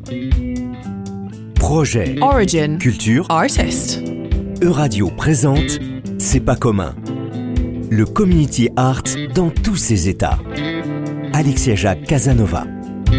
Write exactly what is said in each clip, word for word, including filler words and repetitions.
Projet, Origin, culture, artist. Euradio présente C'est pas commun. Le community art dans tous ses états. Alexia Jacques Casanova.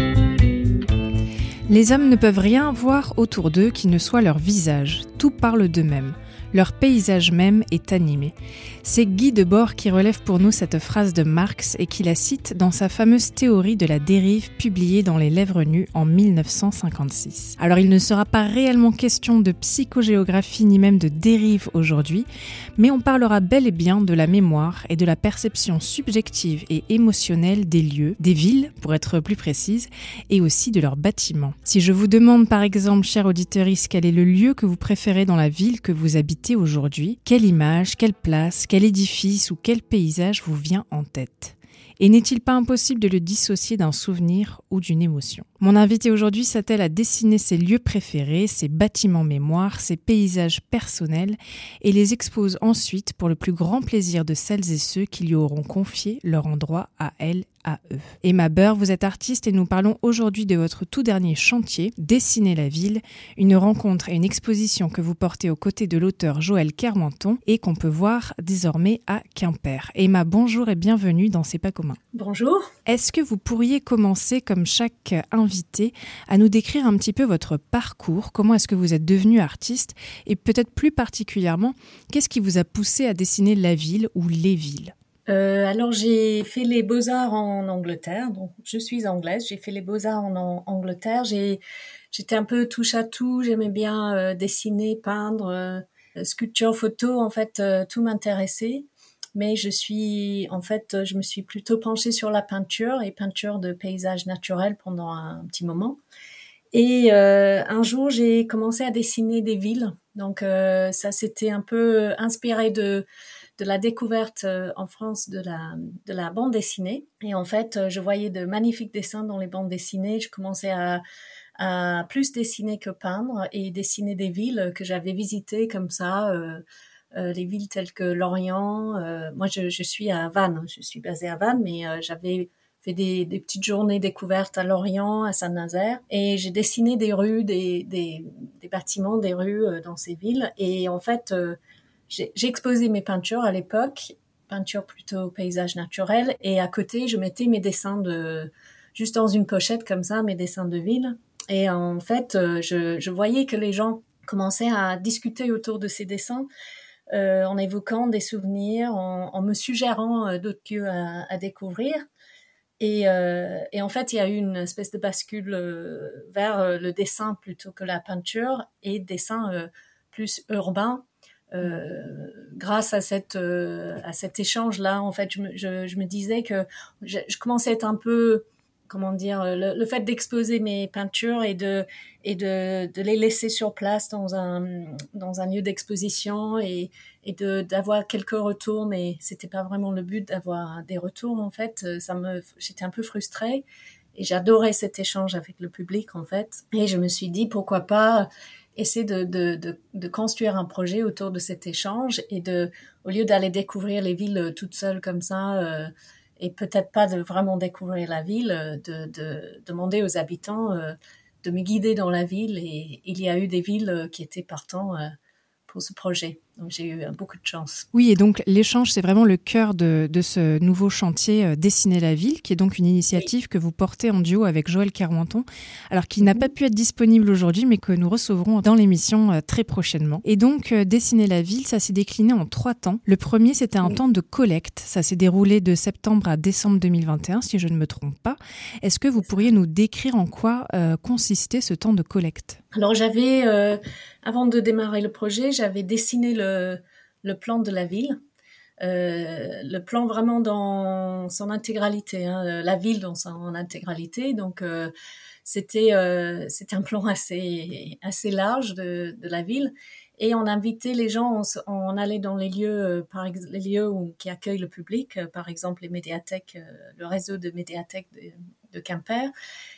Les hommes ne peuvent rien voir autour d'eux qui ne soit leur visage. Tout parle d'eux-mêmes. Leur paysage même est animé. C'est Guy Debord qui relève pour nous cette phrase de Marx et qui la cite dans sa fameuse théorie de la dérive publiée dans Les Lèvres nues en dix-neuf cent cinquante-six. Alors il ne sera pas réellement question de psychogéographie ni même de dérive aujourd'hui, mais on parlera bel et bien de la mémoire et de la perception subjective et émotionnelle des lieux, des villes pour être plus précise, et aussi de leurs bâtiments. Si je vous demande par exemple, chers auditeurs, quel est le lieu que vous préférez dans la ville que vous habitez aujourd'hui, quelle image, quelle place, quel édifice ou quel paysage vous vient en tête? Et n'est-il pas impossible de le dissocier d'un souvenir ou d'une émotion? Mon invité aujourd'hui s'attelle à dessiner ses lieux préférés, ses bâtiments mémoire, ses paysages personnels et les expose ensuite pour le plus grand plaisir de celles et ceux qui lui auront confié leur endroit à elle, à eux. Emma Beur, vous êtes artiste et nous parlons aujourd'hui de votre tout dernier chantier, Dessiner la ville, une rencontre et une exposition que vous portez aux côtés de l'auteur Joël Kermenton et qu'on peut voir désormais à Quimper. Emma, bonjour et bienvenue dans C'est pas commun. Bonjour. Est-ce que vous pourriez commencer, comme chaque invité, à nous décrire un petit peu votre parcours? Comment est-ce que vous êtes devenu artiste? Et peut-être plus particulièrement, qu'est-ce qui vous a poussé à dessiner la ville ou les villes? Euh, alors j'ai fait les beaux-arts en Angleterre, donc je suis anglaise, j'ai fait les beaux-arts en, en Angleterre, j'ai, j'étais un peu touche à tout, j'aimais bien euh, dessiner, peindre, euh, sculpture, photo, en fait euh, tout m'intéressait, mais je suis, en fait je me suis plutôt penchée sur la peinture et peinture de paysages naturels pendant un, un petit moment. Et euh, un jour j'ai commencé à dessiner des villes, donc euh, ça s'était un peu inspiré de de la découverte euh, en France de la de la bande dessinée. Et en fait, euh, je voyais de magnifiques dessins dans les bandes dessinées. Je commençais à à plus dessiner que peindre et dessiner des villes que j'avais visitées comme ça, euh, euh, les villes telles que Lorient. Euh, moi, je, je suis à Vannes, je suis basée à Vannes, mais euh, j'avais fait des, des petites journées découvertes à Lorient, à Saint-Nazaire, et j'ai dessiné des rues, des des, des bâtiments, des rues euh, dans ces villes. Et en fait euh, J'ai, j'ai exposé mes peintures à l'époque, peintures plutôt paysage naturel, et à côté, je mettais mes dessins de, juste dans une pochette comme ça, mes dessins de ville. Et en fait, je, je voyais que les gens commençaient à discuter autour de ces dessins, euh, en évoquant des souvenirs, en, en me suggérant euh, d'autres lieux à, à découvrir. Et, euh, et en fait, il y a eu une espèce de bascule euh, vers euh, le dessin plutôt que la peinture, et dessin euh, plus urbain. Euh, grâce à cette euh, à cet échange là, en fait, je me je, je me disais que je, je commençais à être un peu, comment dire, le, le fait d'exposer mes peintures et de et de de les laisser sur place dans un dans un lieu d'exposition et et de d'avoir quelques retours, mais c'était pas vraiment le but d'avoir des retours. En fait, ça me j'étais un peu frustrée et j'adorais cet échange avec le public, en fait, et je me suis dit pourquoi pas essayer de, de, de, de construire un projet autour de cet échange et de, au lieu d'aller découvrir les villes toutes seules comme ça, euh, et peut-être pas de vraiment découvrir la ville, de, de demander aux habitants euh, de me guider dans la ville. Et il y a eu des villes qui étaient partants euh, pour ce projet. Donc j'ai eu beaucoup de chance. Oui, et donc l'échange, c'est vraiment le cœur de, de ce nouveau chantier euh, Dessiner la ville, qui est donc une initiative oui. que vous portez en duo avec Joël Kermenton, alors qu'il mm-hmm. n'a pas pu être disponible aujourd'hui, mais que nous recevrons dans l'émission euh, très prochainement. Et donc, euh, Dessiner la ville, ça s'est décliné en trois temps. Le premier, c'était un oui. temps de collecte. Ça s'est déroulé de septembre à décembre deux mille vingt et un, si je ne me trompe pas. Est-ce que vous c'est pourriez ça. nous décrire en quoi euh, consistait ce temps de collecte? Alors j'avais, euh, avant de démarrer le projet, j'avais dessiné le, le plan de la ville, euh, le plan vraiment dans son intégralité, hein, la ville dans son intégralité. Donc euh, c'était, euh, c'était un plan assez, assez large de, de la ville. Et on invitait les gens, on, on allait dans les lieux, par exemple, les lieux où, qui accueillent le public, par exemple les médiathèques, le réseau de médiathèques de, de Quimper.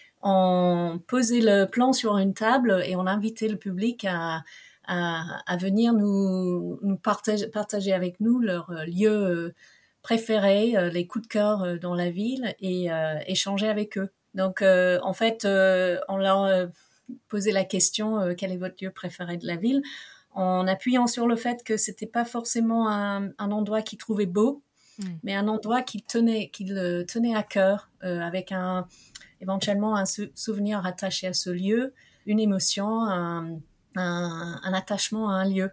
On posait le plan sur une table et on invitait le public à, à, à venir nous, nous partager, partager avec nous leurs lieux préférés, les coups de cœur dans la ville, et euh, échanger avec eux. Donc, euh, en fait, euh, on leur, posé la question euh, quel est votre lieu préféré de la ville, en appuyant sur le fait que c'était pas forcément un, un endroit qu'il trouvait beau, mmh. mais un endroit qu'il tenait, qu'il tenait à cœur, euh, avec un, éventuellement un sou- souvenir attaché à ce lieu, une émotion, un, un, un attachement à un lieu.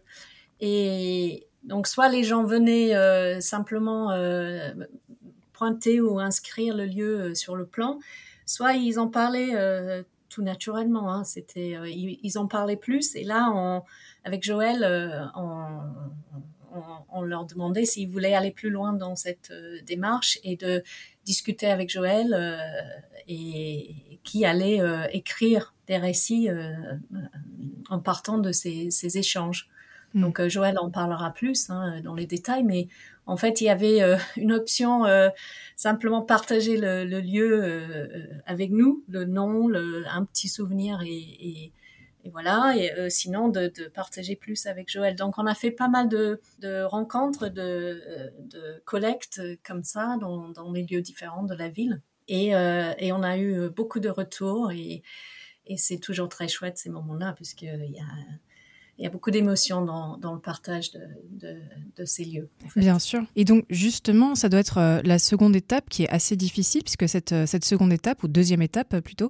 Et donc, soit les gens venaient euh, simplement euh, pointer ou inscrire le lieu sur le plan, soit ils en parlaient euh, tout naturellement. Hein. C'était, euh, ils, ils en parlaient plus. Et là, on, avec Joël, euh, on, on, on leur demandait s'ils voulaient aller plus loin dans cette euh, démarche et de discuter avec Joël euh, et qui allait euh, écrire des récits euh, en partant de ces, ces échanges. Mmh. Donc euh, Joël en parlera plus hein, dans les détails, mais en fait il y avait euh, une option euh, simplement partager le, le lieu euh, avec nous, le nom, le, un petit souvenir et, et, et voilà. Et euh, sinon de, de partager plus avec Joël. Donc on a fait pas mal de, de rencontres, de, de collectes comme ça dans, dans les lieux différents de la ville. Et, euh, et on a eu beaucoup de retours et, et c'est toujours très chouette ces moments-là puisqu'il y a Il y a beaucoup d'émotions dans, dans le partage de, de, de ces lieux. En fait. Bien sûr. Et donc, justement, ça doit être euh, la seconde étape qui est assez difficile, puisque cette, cette seconde étape, ou deuxième étape plutôt,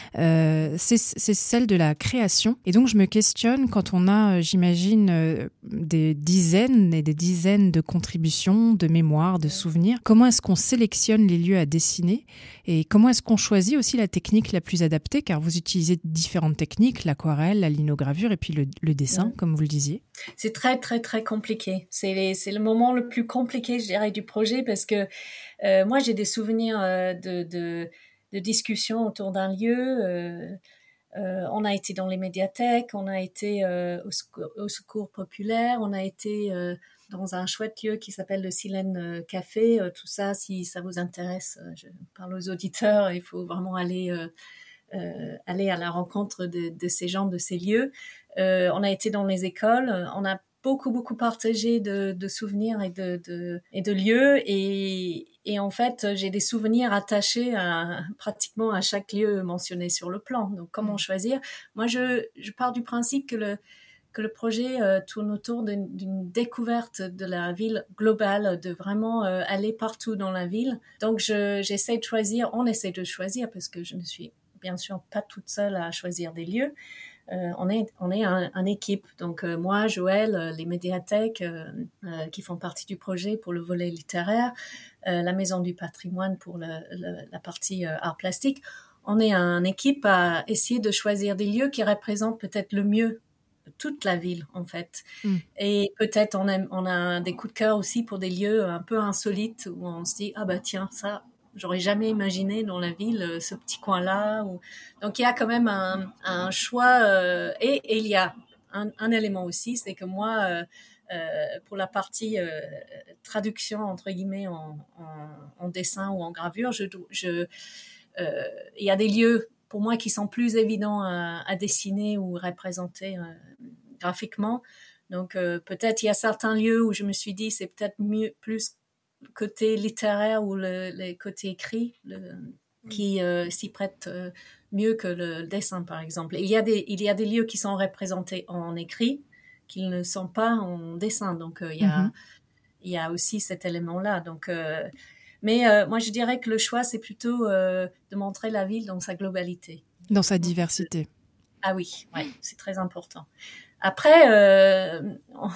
euh, c'est, c'est celle de la création. Et donc, je me questionne quand on a, j'imagine, euh, des dizaines et des dizaines de contributions, de mémoires, de souvenirs. Comment est-ce qu'on sélectionne les lieux à dessiner ? Et comment est-ce qu'on choisit aussi la technique la plus adaptée ? Car vous utilisez différentes techniques, l'aquarelle, la linogravure et puis le, le dessin, comme vous le disiez. C'est très, très, très compliqué. C'est, les, c'est le moment le plus compliqué, je dirais, du projet parce que euh, moi, j'ai des souvenirs euh, de, de, de discussions autour d'un lieu. Euh, euh, on a été dans les médiathèques, on a été euh, au, secours, au secours populaire, on a été euh, dans un chouette lieu qui s'appelle le Silène Café. Euh, tout ça, si ça vous intéresse, euh, je parle aux auditeurs, il faut vraiment aller... Euh, Euh, aller à la rencontre de, de ces gens, de ces lieux. Euh, on a été dans les écoles, on a beaucoup, beaucoup partagé de, de souvenirs et de, de, et de lieux. Et, et en fait, j'ai des souvenirs attachés à, pratiquement à chaque lieu mentionné sur le plan. Donc, comment choisir ? Moi, je, je pars du principe que le, que le projet euh, tourne autour d'une, d'une découverte de la ville globale, de vraiment euh, aller partout dans la ville. Donc, je, j'essaie de choisir, on essaie de choisir, parce que je ne suis bien sûr pas toute seule à choisir des lieux. Euh, on est, on est un, un équipe. Donc euh, moi, Joël, euh, les médiathèques euh, euh, qui font partie du projet pour le volet littéraire, euh, la Maison du patrimoine pour le, le, la partie euh, art plastique. On est un équipe à essayer de choisir des lieux qui représentent peut-être le mieux toute la ville, en fait. Mm. Et peut-être on a, on a des coups de cœur aussi pour des lieux un peu insolites où on se dit, ah bah tiens, ça... j'aurais jamais imaginé dans la ville ce petit coin-là. Ou... Donc il y a quand même un, un choix euh, et, et il y a un, un élément aussi, c'est que moi, euh, euh, pour la partie euh, traduction entre guillemets en, en, en dessin ou en gravure, je, je, euh, il y a des lieux pour moi qui sont plus évidents à, à dessiner ou représenter euh, graphiquement. Donc euh, peut-être il y a certains lieux où je me suis dit c'est peut-être mieux plus côté littéraire ou le, le côté écrit le, qui euh, s'y prête euh, mieux que le dessin, par exemple. Il y a des, il y a des lieux qui sont représentés en écrit, qui ne sont pas en dessin. Donc, euh, il, y a, mm-hmm. il y a aussi cet élément-là. Donc, euh, mais euh, moi, je dirais que le choix, c'est plutôt euh, de montrer la ville dans sa globalité. Dans sa diversité. Ah oui, ouais, c'est très important. Après, euh, on,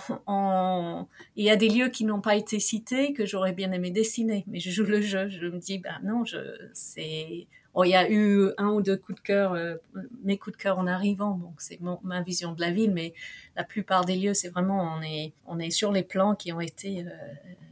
on, il y a des lieux qui n'ont pas été cités que j'aurais bien aimé dessiner, mais je joue le jeu. Je me dis, bah non, je, c'est. Oh, il y a eu un ou deux coups de cœur, euh, mes coups de cœur en arrivant, donc c'est mon, ma vision de la ville, mais la plupart des lieux, c'est vraiment on est, on est sur les plans qui ont été euh,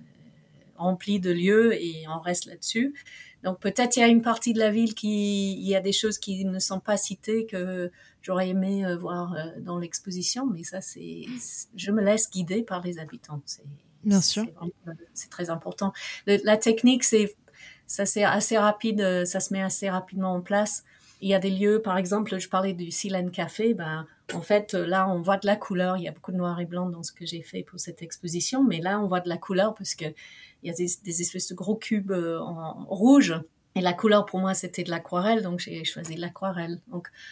remplis de lieux et on reste là-dessus. Donc peut-être il y a une partie de la ville qui, il y a des choses qui ne sont pas citées que j'aurais aimé euh, voir euh, dans l'exposition, mais ça c'est, c'est, je me laisse guider par les habitants. C'est, Bien sûr. C'est, vraiment, c'est très important. Le, la technique, c'est, ça c'est assez rapide, ça se met assez rapidement en place. Il y a des lieux, par exemple, je parlais du Silène Café, ben, en fait, là, on voit de la couleur. Il y a beaucoup de noir et blanc dans ce que j'ai fait pour cette exposition, mais là, on voit de la couleur parce que il y a des, des espèces de gros cubes en rouge. Et la couleur, pour moi, c'était de l'aquarelle, donc j'ai choisi de l'aquarelle. Donc,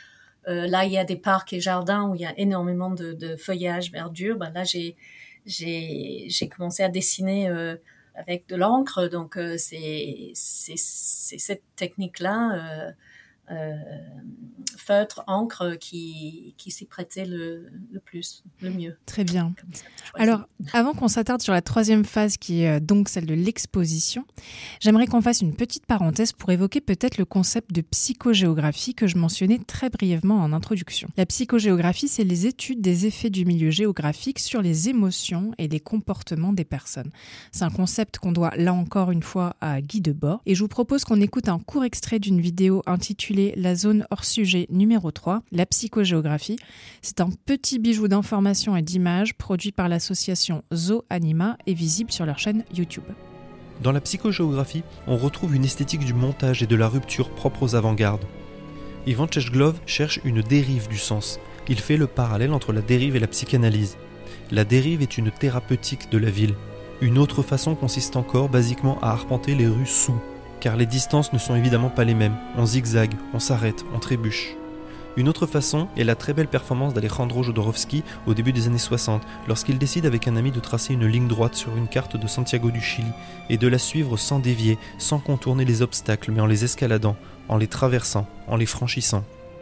Euh, là, il y a des parcs et jardins où il y a énormément de, de feuillage, verdure. Ben là, j'ai, j'ai, j'ai commencé à dessiner euh, avec de l'encre. Donc, euh, c'est, c'est, c'est cette technique-là, euh, euh, feutre, encre, qui, qui s'y prêtait le, le plus, le mieux. Très bien. Alors, avant qu'on s'attarde sur la troisième phase, qui est donc celle de l'exposition, j'aimerais qu'on fasse une petite parenthèse pour évoquer peut-être le concept de psychogéographie que je mentionnais très brièvement en introduction. La psychogéographie, c'est les études des effets du milieu géographique sur les émotions et les comportements des personnes. C'est un concept qu'on doit, là encore une fois, à Guy Debord. Et je vous propose qu'on écoute un court extrait d'une vidéo intitulée « La zone hors sujet numéro trois, la psychogéographie ». C'est un petit bijou d'informations et d'images produit par l'association Zoanima et visible sur leur chaîne YouTube. Dans la psychogéographie, on retrouve une esthétique du montage et de la rupture propre aux avant-gardes. Ivan Tchechglov cherche une dérive du sens. Il fait le parallèle entre la dérive et la psychanalyse. La dérive est une thérapeutique de la ville. Une autre façon consiste encore basiquement à arpenter les rues sous, car les distances ne sont évidemment pas les mêmes. On zigzague, on s'arrête, on trébuche. Une autre façon est la très belle performance d'Alejandro Jodorowsky au début des années soixante, lorsqu'il décide avec un ami de tracer une ligne droite sur une carte de Santiago du Chili et de la suivre sans dévier, sans contourner les obstacles, mais en les escaladant, en les traversant, en les franchissant.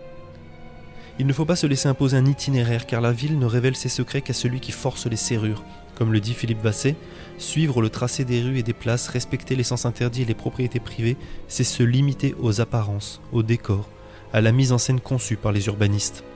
Il ne faut pas se laisser imposer un itinéraire, car la ville ne révèle ses secrets qu'à celui qui force les serrures. Comme le dit Philippe Vasset, suivre le tracé des rues et des places, respecter les sens interdits et les propriétés privées, c'est se limiter aux apparences, aux décors, à la mise en scène conçue par les urbanistes.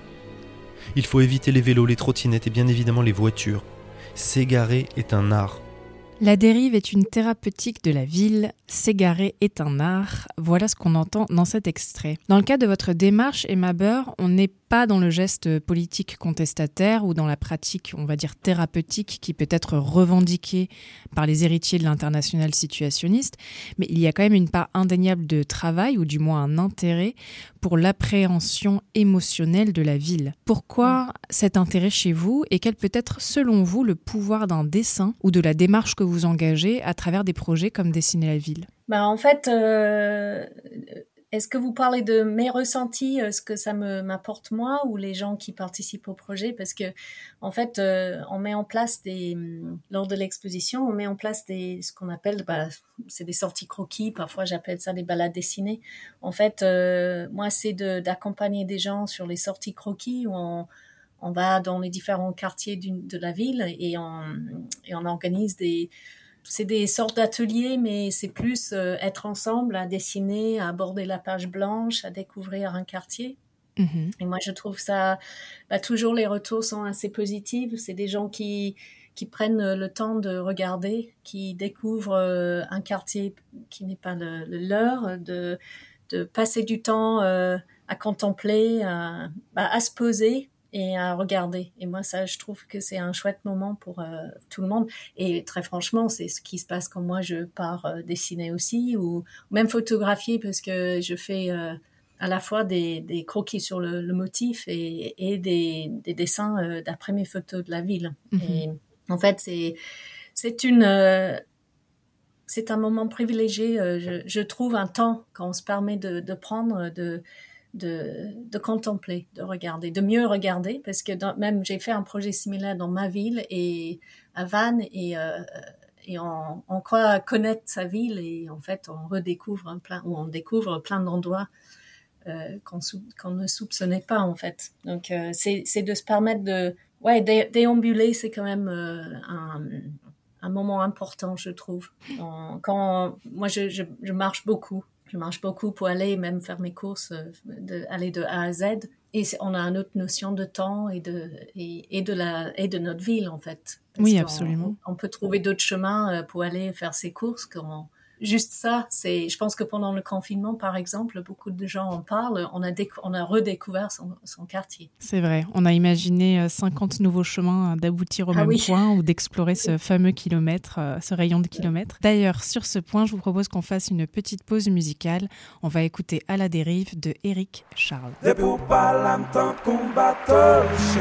Il faut éviter les vélos, les trottinettes et bien évidemment les voitures. S'égarer est un art. La dérive est une thérapeutique de la ville, s'égarer est un art. Voilà ce qu'on entend dans cet extrait. Dans le cas de votre démarche, Emma Beur, on n'est pas dans le geste politique contestataire ou dans la pratique, on va dire, thérapeutique qui peut être revendiquée par les héritiers de l'international situationniste, mais il y a quand même une part indéniable de travail, ou du moins un intérêt, pour l'appréhension émotionnelle de la ville. Pourquoi cet intérêt chez vous et quel peut être, selon vous, le pouvoir d'un dessin ou de la démarche que vous engagez à travers des projets comme Dessiner la ville ? Ben, en fait, euh, est-ce que vous parlez de mes ressentis, ce que ça me m'apporte moi, ou les gens qui participent au projet? Parce que, en fait, euh, on met en place des, lors de l'exposition, on met en place des, ce qu'on appelle, bah, c'est des sorties croquis. Parfois, j'appelle ça des balades dessinées. En fait, euh, moi, c'est de, d'accompagner des gens sur les sorties croquis où on, on va dans les différents quartiers d'une, de la ville et on, et on organise des, c'est des sortes d'ateliers, mais c'est plus euh, être ensemble, à dessiner, à aborder la page blanche, à découvrir un quartier. Mmh. Et moi, je trouve ça, bah, toujours les retours sont assez positifs. C'est des gens qui, qui prennent le temps de regarder, qui découvrent euh, un quartier qui n'est pas le, le leur, de, de passer du temps euh, à contempler, à, bah, à se poser et à regarder. Et moi, ça, je trouve que c'est un chouette moment pour euh, tout le monde. Et très franchement, c'est ce qui se passe quand moi, je pars euh, dessiner aussi, ou même photographier, parce que je fais euh, à la fois des, des croquis sur le, le motif et, et des, des dessins euh, d'après mes photos de la ville. Mm-hmm. Et en fait, c'est, c'est une... Euh, c'est un moment privilégié, euh, je, je trouve, un temps quand on se permet de, de prendre, de... De, de contempler, de regarder, de mieux regarder, parce que dans, même j'ai fait un projet similaire dans ma ville et à Vannes, et, euh, et on, on croit connaître sa ville et en fait on redécouvre un plein, ou on découvre plein d'endroits euh, qu'on, sou, qu'on ne soupçonnait pas en fait. Donc euh, c'est, c'est de se permettre de, ouais, dé, déambuler, c'est quand même euh, un, un moment important, je trouve. On, quand moi je, je, je marche beaucoup. Je marche beaucoup pour aller même faire mes courses, de, aller de A à Z. Et on a une autre notion de temps et de, et, et de, la, et de notre ville, en fait. Parce oui, absolument. On, on peut trouver d'autres chemins pour aller faire ses courses. Quand juste ça, c'est, je pense que pendant le confinement, par exemple, beaucoup de gens en parlent. On a, décou- on a redécouvert son, son quartier. C'est vrai. On a imaginé cinquante nouveaux chemins d'aboutir au ah même oui. point ou d'explorer ce fameux kilomètre, ce rayon de kilomètres. D'ailleurs, sur ce point, je vous propose qu'on fasse une petite pause musicale. On va écouter À la dérive de Éric Charles. Et pour pas l'entendre combattre chez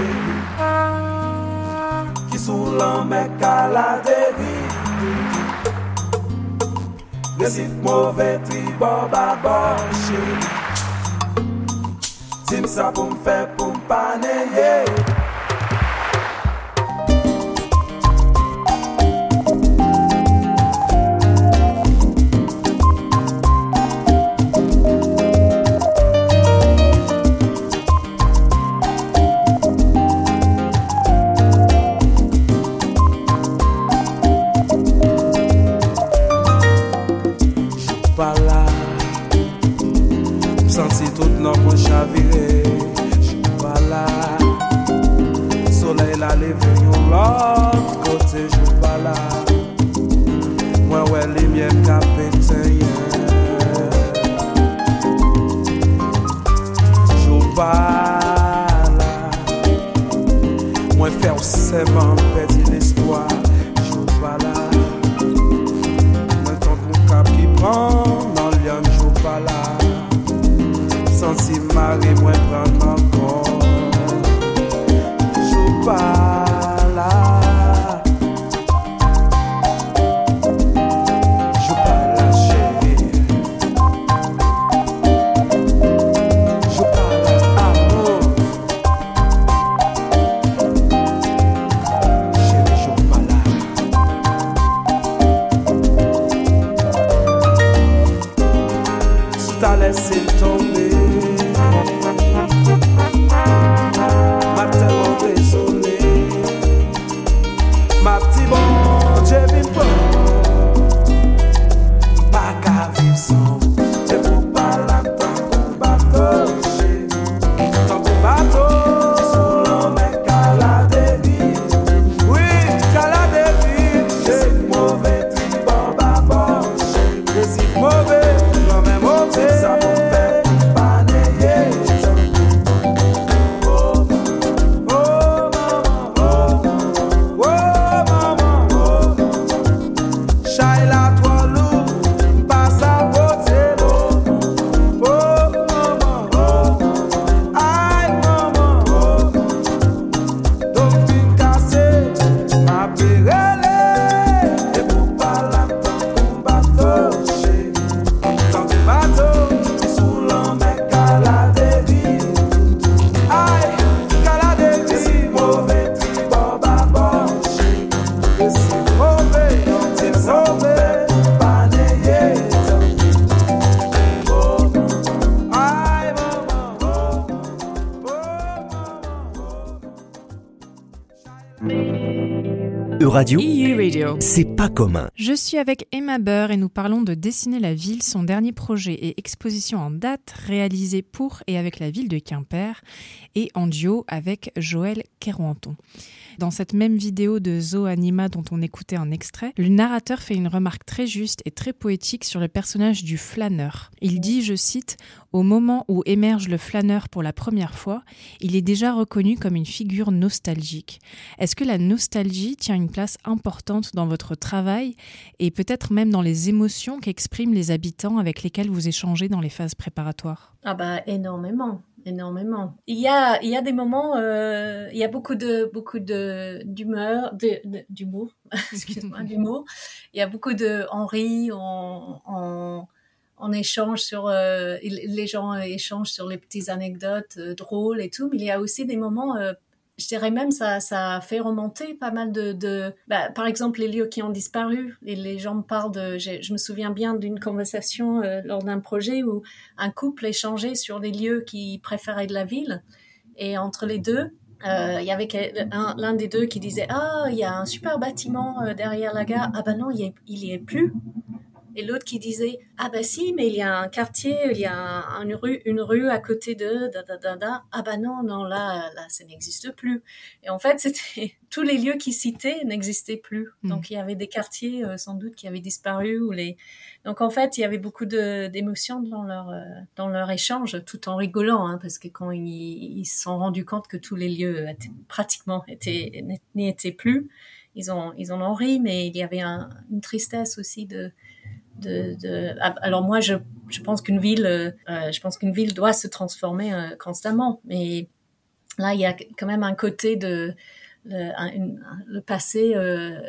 lui, qui sous l'emmec à la dérive. Récif mauvais, tribord, babord, chérie. Si Tim ça pour me faire pour me paner. Senti tout nan mwen chavire, j'suis pas là. Soleil la leve yon l'autre côté, j'suis pas là. Moi ouais les miens capitaine, j'suis pas là. Moi faire seulement perdre l'espoir, j'suis pas là. Moi tant qu'on cap qui prend dans l'yan, j'suis pas là. Senti mari mwen pran ankon, jou pa la, jou pa la chéri, jou pa la amour, chéri jou pa la. Si t'as laissé tomber, m'a tellement désolé. Ma petite bon, j'ai vu pas qu'à vivre sans. Et pour pas l'entendre qu'on bateau, Dans ton bateau, sous l'en mec à la dérive. oui, qu'à la dérive. C'est mauvais, tri bon bâbord. Récif mauvais, non mais mauvais. Tim ça pour me faire pour me paner. Oh maman, oh, oh maman, oh. Shaila toi loup, passe à côté l'eau. Oh maman, oh, aïe maman, oh. Donc fin cassé, ma pérelle. Et pour pas l'entendre qu'on bateau, Dans ton bateau, sous l'en mec à la dérive. aïe, qu'à la C'est dérive. mauvais, tri bon bâbord. C'est mauvais, c'est Tim ça pour me mauvais. faire pour me paner. Aïe maman, oh, oh maman, oh. Euradio, E U Radio. c'est pas commun. Je suis avec Emma Burr et nous parlons de Dessiner la ville, son dernier projet et exposition en date réalisé pour et avec la ville de Quimper et en duo avec Joël Kerouanton. Dans cette même vidéo de Zo Anima dont on écoutait un extrait, le narrateur fait une remarque très juste et très poétique sur le personnage du flâneur. Il dit, je cite, « Au moment où émerge le flâneur pour la première fois, il est déjà reconnu comme une figure nostalgique. Est-ce que la nostalgie tient une place importante dans votre travail et peut-être même dans les émotions qu'expriment les habitants avec lesquels vous échangez dans les phases préparatoires ? Ah bah énormément, énormément. Il y a, il y a des moments, euh, il y a beaucoup de, beaucoup de d'humeur, de, de- d'humour, excuse-moi, d'humour. Il y a beaucoup de, on rit, on, on, on échange sur, euh, les gens échangent sur les petites anecdotes euh, drôles et tout. Mais il y a aussi des moments, euh, je dirais même ça, ça fait remonter pas mal de, de bah, par exemple les lieux qui ont disparu et les gens me parlent de, je, je me souviens bien d'une conversation euh, lors d'un projet où un couple échangeait sur les lieux qu'ils préféraient de la ville et entre les deux, euh, il y avait un, l'un des deux qui disait ah il y a un super bâtiment euh, derrière la gare, ah bah non il y est, il y est plus. Et l'autre qui disait ah bah si mais il y a un quartier, il y a un, une rue une rue à côté de da da da da, ah bah non non là là ça n'existe plus. Et en fait c'était tous les lieux qu'ils citaient n'existaient plus. Mm. Donc il y avait des quartiers euh, sans doute qui avaient disparu ou les donc en fait il y avait beaucoup de d'émotions dans leur euh, dans leur échange tout en rigolant hein, parce que quand ils, ils se sont rendus compte que tous les lieux étaient, pratiquement étaient n'y étaient plus, ils ont ils en ont ri mais il y avait un, une tristesse aussi de De, de, alors moi, je, je pense qu'une ville, euh, je pense qu'une ville doit se transformer euh, constamment. Mais là, il y a quand même un côté de le, un, une, le passé. Euh,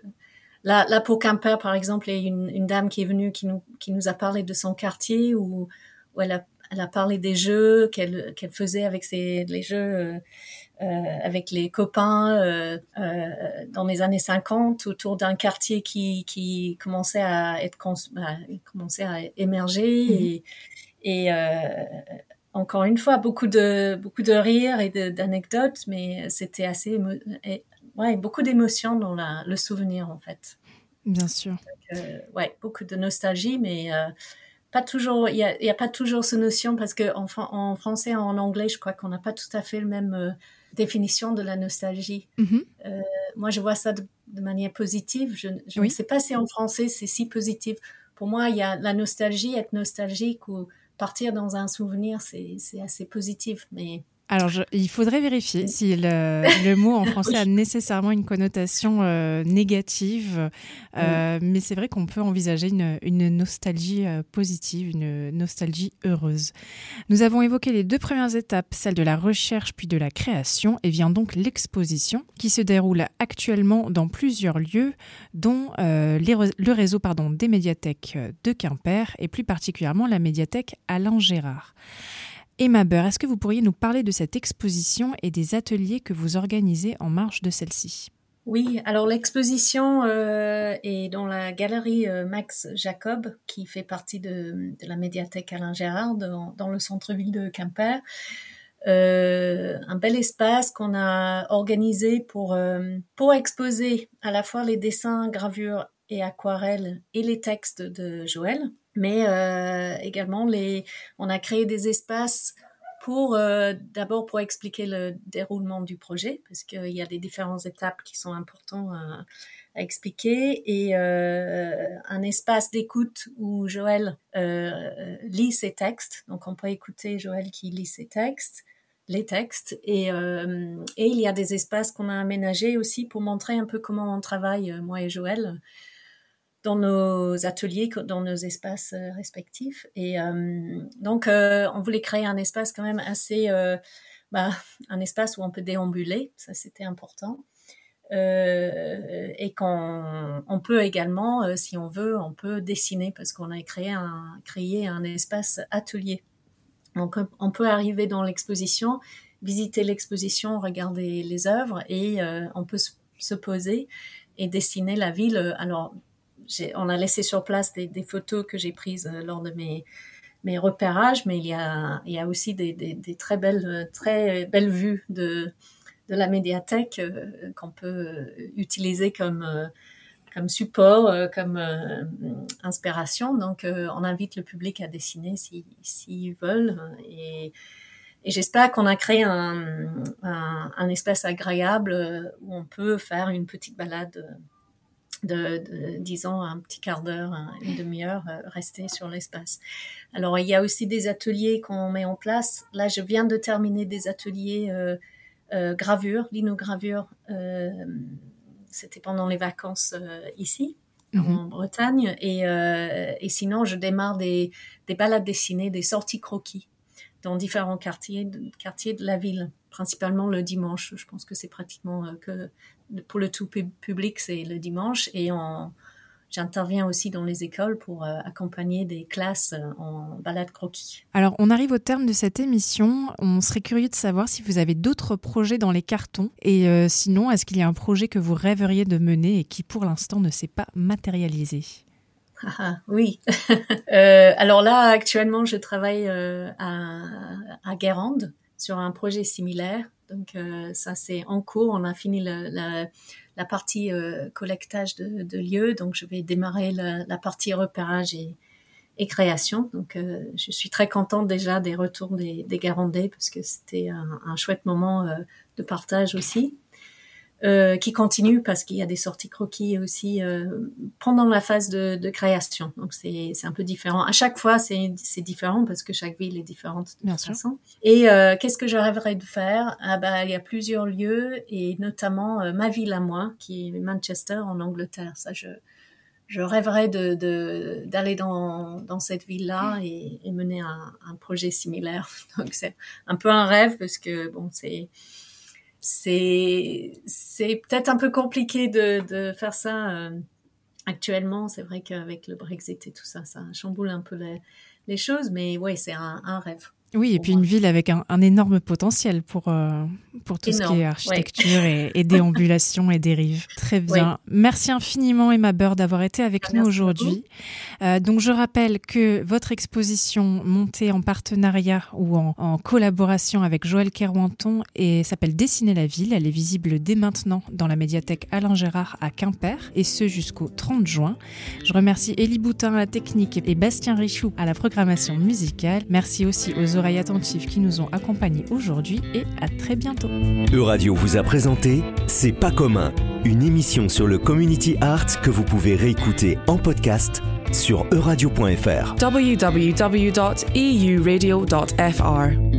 là, là, pour Quimper, par exemple, il y a une, une dame qui est venue, qui nous, qui nous a parlé de son quartier où, où elle a, elle a parlé des jeux qu'elle qu'elle faisait avec ses les jeux euh, euh, avec les copains euh, euh, dans les années cinquante autour d'un quartier qui qui commençait à être cons- bah, commençait à émerger Mhm. et et euh, encore une fois beaucoup de beaucoup de rires et de, d'anecdotes, mais c'était assez émo- et, ouais, beaucoup d'émotions dans la, le souvenir en fait. Bien sûr. Euh, ouais, beaucoup de nostalgie, mais euh, pas toujours. Il y a, il y a pas toujours cette notion parce que en, fran- en français et en anglais, je crois qu'on n'a pas tout à fait la même euh, définition de la nostalgie. Mhm. Euh, moi, je vois ça de, de manière positive. Je, je ne Oui. sais pas si en français c'est si positif. Pour moi, il y a la nostalgie, être nostalgique ou partir dans un souvenir, c'est, c'est assez positif. Mais Alors, je- il faudrait vérifier si le, le mot en français a nécessairement une connotation euh, négative, euh, mais c'est vrai qu'on peut envisager une, une nostalgie euh, positive, une nostalgie heureuse. Nous avons évoqué les deux premières étapes, celle de la recherche puis de la création, et vient donc l'exposition qui se déroule actuellement dans plusieurs lieux, dont euh, les re- le réseau pardon, des médiathèques de Quimper et plus particulièrement la médiathèque Alain Gérard. Emma Beur, est-ce que vous pourriez nous parler de cette exposition et des ateliers que vous organisez en marge de celle-ci ? oui, alors l'exposition euh, est dans la galerie euh, Max Jacob, qui fait partie de, de la médiathèque Alain Gérard, dans, dans le centre-ville de Quimper. Euh, un bel espace qu'on a organisé pour, euh, pour exposer à la fois les dessins, gravures et aquarelles et les textes de Joël, mais euh, également les, on a créé des espaces pour euh, d'abord pour expliquer le déroulement du projet, parce qu'il y a des différentes étapes qui sont importantes à, à expliquer, et euh, un espace d'écoute où Joël euh, lit ses textes, donc on peut écouter Joël qui lit ses textes, les textes, et, euh, et il y a des espaces qu'on a aménagés aussi pour montrer un peu comment on travaille, moi et Joël, dans nos ateliers, dans nos espaces respectifs. Et euh, donc, euh, on voulait créer un espace quand même assez, euh, bah, un espace où on peut déambuler, ça c'était important. Euh, et qu'on on peut également, euh, si on veut, on peut dessiner parce qu'on a créé un, créé un espace atelier. Donc, on peut arriver dans l'exposition, visiter l'exposition, regarder les œuvres et euh, on peut se poser et dessiner la ville. Alors, j'ai, on a laissé sur place des, des photos que j'ai prises lors de mes, mes repérages, mais il y a, il y a aussi des, des, des très belles, très belles vues de, de la médiathèque euh, qu'on peut utiliser comme, euh, comme support, euh, comme euh, inspiration. Donc, euh, on invite le public à dessiner s'ils si, veulent. Et, et j'espère qu'on a créé un, un, un espace agréable où on peut faire une petite balade de, de disons, un petit quart d'heure, une demi-heure, euh, rester sur l'espace. Alors, il y a aussi des ateliers qu'on met en place. Là, je viens de terminer des ateliers euh, euh, gravure, linogravure. Euh, c'était pendant les vacances euh, ici, mmh. en Bretagne. Et, euh, et sinon, je démarre des, des balades dessinées, des sorties croquis dans différents quartiers de, quartiers de la ville, principalement le dimanche. Je pense que c'est pratiquement euh, que pour le tout pub- public, c'est le dimanche. Et on, j'interviens aussi dans les écoles pour euh, accompagner des classes euh, en balade croquis. Alors, on arrive au terme de cette émission. On serait curieux de savoir si vous avez d'autres projets dans les cartons. Et euh, sinon, est-ce qu'il y a un projet que vous rêveriez de mener et qui, pour l'instant, ne s'est pas matérialisé ? Ah, oui. euh, alors là, actuellement, je travaille euh, à, à Guérande sur un projet similaire. Donc euh, ça, c'est en cours. On a fini le, la, la partie euh, collectage de, de lieux. Donc je vais démarrer la, la partie repérage et, et création. Donc euh, je suis très contente déjà des retours des, des Guérandais parce que c'était un, un chouette moment euh, de partage aussi. Euh, qui continue parce qu'il y a des sorties croquis aussi euh, pendant la phase de, de création. Donc c'est, c'est un peu différent. À chaque fois, c'est, c'est différent parce que chaque ville est différente de Bien toute sûr. façon. Et euh, qu'est-ce que je rêverais de faire ? Ah bah, il y a plusieurs lieux et notamment euh, ma ville à moi, qui est Manchester en Angleterre. Ça, je, je rêverais de, de, d'aller dans, dans cette ville-là et, et mener un, un projet similaire. Donc c'est un peu un rêve parce que bon, c'est C'est, c'est peut-être un peu compliqué de, de faire ça euh, actuellement. C'est vrai qu'avec le Brexit et tout ça, ça chamboule un peu les, les choses, mais ouais, c'est un, un rêve. Oui, et puis moi. Une ville avec un, un énorme potentiel pour, euh, pour tout Énorme, ce qui est architecture ouais. et, et déambulation et dérive. Très bien. Oui. Merci infiniment, Emma Beur, d'avoir été avec Merci nous aujourd'hui. Euh, donc, je rappelle que votre exposition montée en partenariat ou en, en collaboration avec Joël Kerouanton et s'appelle Dessiner la ville. Elle est visible dès maintenant dans la médiathèque Alain Gérard à Quimper, et ce jusqu'au trente juin. Je remercie Élie Boutin à la technique et Bastien Richoux à la programmation musicale. Merci aussi aux oreilles attentifs qui nous ont accompagnés aujourd'hui et à très bientôt. Euradio vous a présenté C'est pas commun, une émission sur le community art que vous pouvez réécouter en podcast sur euradio point f r. w w w dot e u radio dot f r